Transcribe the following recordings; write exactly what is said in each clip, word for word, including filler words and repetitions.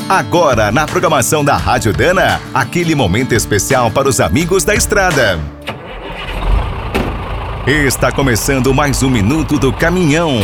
Agora, na programação da Rádio Dana, aquele momento especial para os amigos da estrada. Está começando mais um Minuto do Caminhão.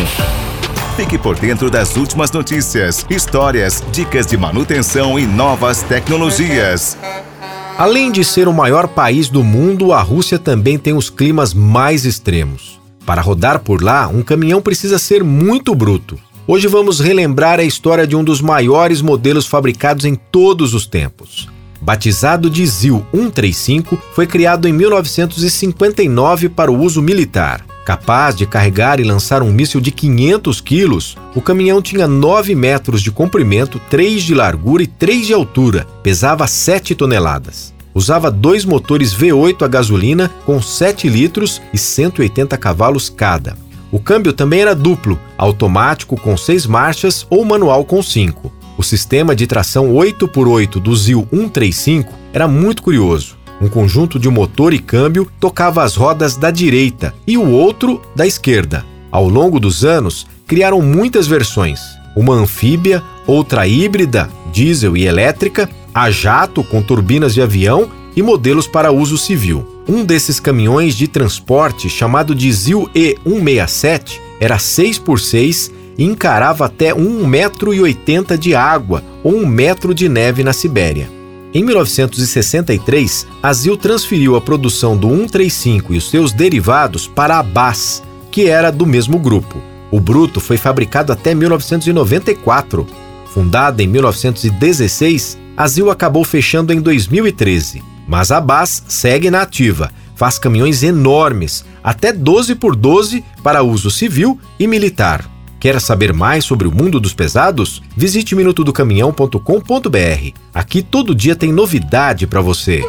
Fique por dentro das últimas notícias, histórias, dicas de manutenção e novas tecnologias. Além de ser o maior país do mundo, a Rússia também tem os climas mais extremos. Para rodar por lá, um caminhão precisa ser muito bruto. Hoje vamos relembrar a história de um dos maiores modelos fabricados em todos os tempos. Batizado de Zil cento e trinta e cinco, foi criado em mil novecentos e cinquenta e nove para o uso militar. Capaz de carregar e lançar um míssil de quinhentos quilos, o caminhão tinha nove metros de comprimento, três de largura e três de altura, pesava sete toneladas. Usava dois motores V oito a gasolina com sete litros e cento e oitenta cavalos cada. O câmbio também era duplo, automático com seis marchas ou manual com cinco. O sistema de tração oito por oito do Zil cento e trinta e cinco era muito curioso. Um conjunto de motor e câmbio tocava as rodas da direita e o outro da esquerda. Ao longo dos anos, criaram muitas versões. Uma anfíbia, outra híbrida, diesel e elétrica, a jato com turbinas de avião e modelos para uso civil. Um desses caminhões de transporte, chamado de Zil E cento e sessenta e sete, era seis por seis e encarava até um metro e oitenta de água ou um metro de neve na Sibéria. Em mil novecentos e sessenta e três, a Zil transferiu a produção do cento e trinta e cinco e os seus derivados para a B A S, que era do mesmo grupo. O bruto foi fabricado até mil novecentos e noventa e quatro. Fundada em mil novecentos e dezesseis, a Zil acabou fechando em dois mil e treze. Mas a B A S segue na ativa, faz caminhões enormes, até doze por doze para uso civil e militar. Quer saber mais sobre o mundo dos pesados? Visite minuto do caminhão ponto com ponto b r. Aqui todo dia tem novidade para você.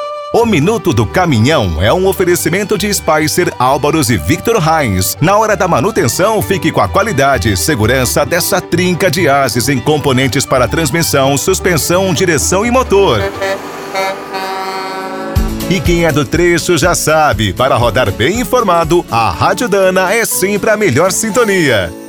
O Minuto do Caminhão é um oferecimento de Spicer, Álvaros e Victor Heinz. Na hora da manutenção, fique com a qualidade e segurança dessa trinca de ases em componentes para transmissão, suspensão, direção e motor. E quem é do trecho já sabe, para rodar bem informado, a Rádio Dana é sempre a melhor sintonia.